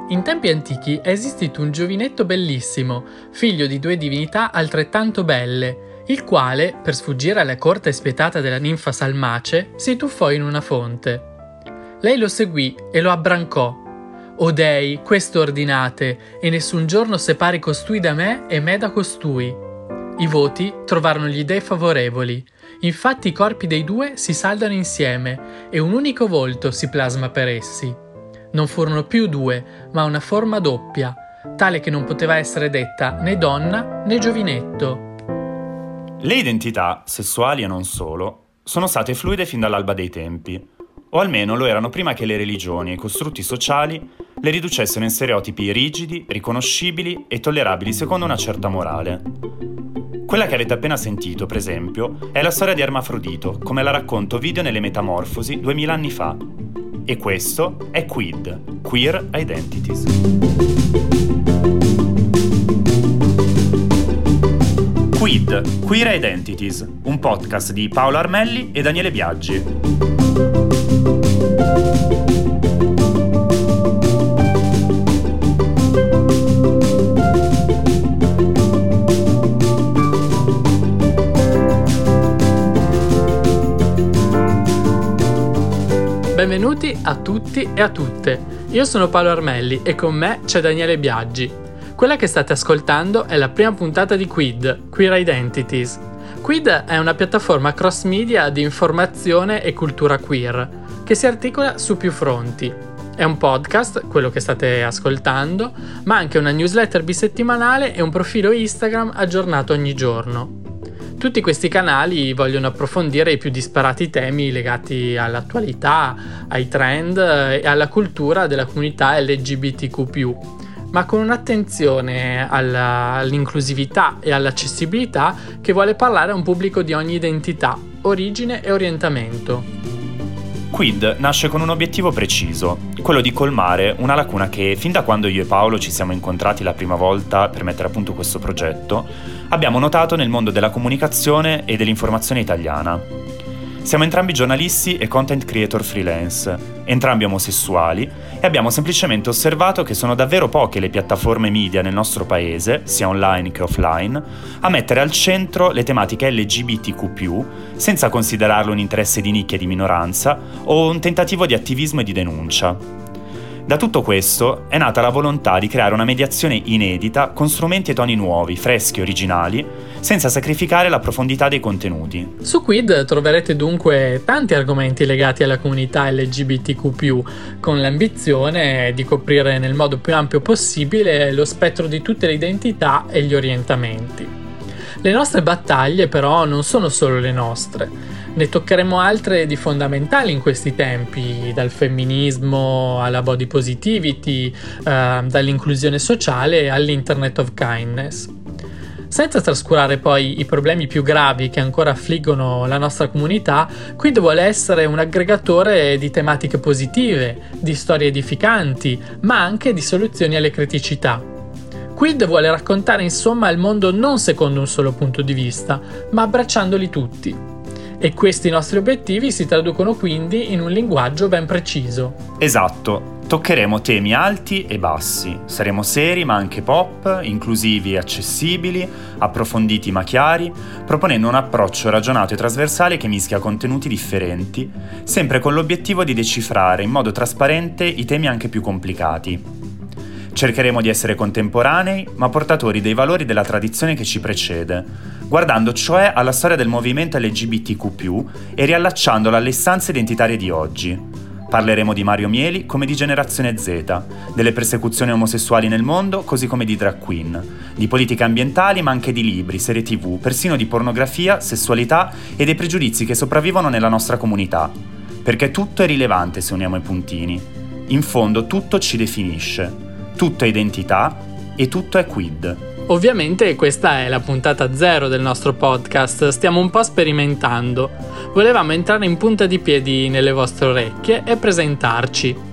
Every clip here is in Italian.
In tempi antichi è esistito un giovinetto bellissimo, figlio di due divinità altrettanto belle, il quale, per sfuggire alla corte spietata della ninfa Salmace, si tuffò in una fonte. Lei lo seguì e lo abbrancò. «O dei, questo ordinate, e nessun giorno separi costui da me e me da costui». I voti trovarono gli dei favorevoli. Infatti i corpi dei due si saldano insieme e un unico volto si plasma per essi. Non furono più due, ma una forma doppia, tale che non poteva essere detta né donna né giovinetto. Le identità, sessuali e non solo, sono state fluide fin dall'alba dei tempi, o almeno lo erano prima che le religioni e i costrutti sociali le riducessero in stereotipi rigidi, riconoscibili e tollerabili secondo una certa morale. Quella che avete appena sentito, per esempio, è la storia di Ermafrodito, come la racconta Ovidio nelle Metamorfosi 2000 anni fa. E questo è Quid, Queer Identities. Quid, Queer Identities, un podcast di Paolo Armelli e Daniele Biaggi. Benvenuti a tutti e a tutte. Io sono Paolo Armelli e con me c'è Daniele Biaggi. Quella che state ascoltando è la prima puntata di Quid, Queer Identities. Quid è una piattaforma cross media di informazione e cultura queer che si articola su più fronti. È un podcast, quello che state ascoltando, ma anche una newsletter bisettimanale e un profilo Instagram aggiornato ogni giorno. Tutti questi canali vogliono approfondire i più disparati temi legati all'attualità, ai trend e alla cultura della comunità LGBTQ+, ma con un'attenzione all'inclusività e all'accessibilità che vuole parlare a un pubblico di ogni identità, origine e orientamento. Quid nasce con un obiettivo preciso, quello di colmare una lacuna che, fin da quando io e Paolo ci siamo incontrati la prima volta per mettere a punto questo progetto, abbiamo notato nel mondo della comunicazione e dell'informazione italiana. Siamo entrambi giornalisti e content creator freelance, entrambi omosessuali, e abbiamo semplicemente osservato che sono davvero poche le piattaforme media nel nostro paese, sia online che offline, a mettere al centro le tematiche LGBTQ+, senza considerarlo un interesse di nicchia e di minoranza o un tentativo di attivismo e di denuncia. Da tutto questo è nata la volontà di creare una mediazione inedita con strumenti e toni nuovi, freschi e originali, senza sacrificare la profondità dei contenuti. Su Quid troverete dunque tanti argomenti legati alla comunità LGBTQ+, con l'ambizione di coprire nel modo più ampio possibile lo spettro di tutte le identità e gli orientamenti. Le nostre battaglie però non sono solo le nostre. Ne toccheremo altre di fondamentali in questi tempi, dal femminismo alla body positivity, dall'inclusione sociale all'Internet of Kindness. Senza trascurare poi i problemi più gravi che ancora affliggono la nostra comunità, Quid vuole essere un aggregatore di tematiche positive, di storie edificanti, ma anche di soluzioni alle criticità. Quid vuole raccontare insomma il mondo non secondo un solo punto di vista, ma abbracciandoli tutti. E questi nostri obiettivi si traducono quindi in un linguaggio ben preciso. Esatto, toccheremo temi alti e bassi, saremo seri ma anche pop, inclusivi e accessibili, approfonditi ma chiari, proponendo un approccio ragionato e trasversale che mischia contenuti differenti, sempre con l'obiettivo di decifrare in modo trasparente i temi anche più complicati. Cercheremo di essere contemporanei, ma portatori dei valori della tradizione che ci precede, guardando cioè alla storia del movimento LGBTQ+, e riallacciandola alle istanze identitarie di oggi. Parleremo di Mario Mieli come di generazione Z, delle persecuzioni omosessuali nel mondo così come di drag queen, di politiche ambientali ma anche di libri, serie TV, persino di pornografia, sessualità e dei pregiudizi che sopravvivono nella nostra comunità. Perché tutto è rilevante se uniamo i puntini. In fondo tutto ci definisce. Tutto è identità e tutto è Quid. Ovviamente questa è la puntata 0 del nostro podcast, stiamo un po' sperimentando. Volevamo entrare in punta di piedi nelle vostre orecchie e presentarci.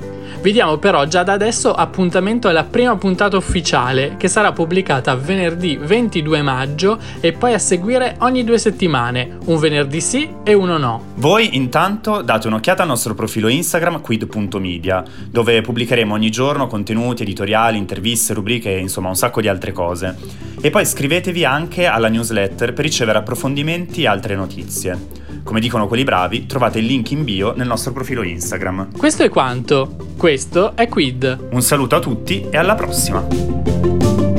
Vi diamo però già da adesso appuntamento alla prima puntata ufficiale, che sarà pubblicata venerdì 22 maggio e poi a seguire ogni 2 settimane, un venerdì sì e uno no. Voi intanto date un'occhiata al nostro profilo Instagram quid.media, dove pubblicheremo ogni giorno contenuti, editoriali, interviste, rubriche e insomma un sacco di altre cose. E poi iscrivetevi anche alla newsletter per ricevere approfondimenti e altre notizie. Come dicono quelli bravi, trovate il link in bio nel nostro profilo Instagram. Questo è quanto. Questo è Quid. Un saluto a tutti e alla prossima!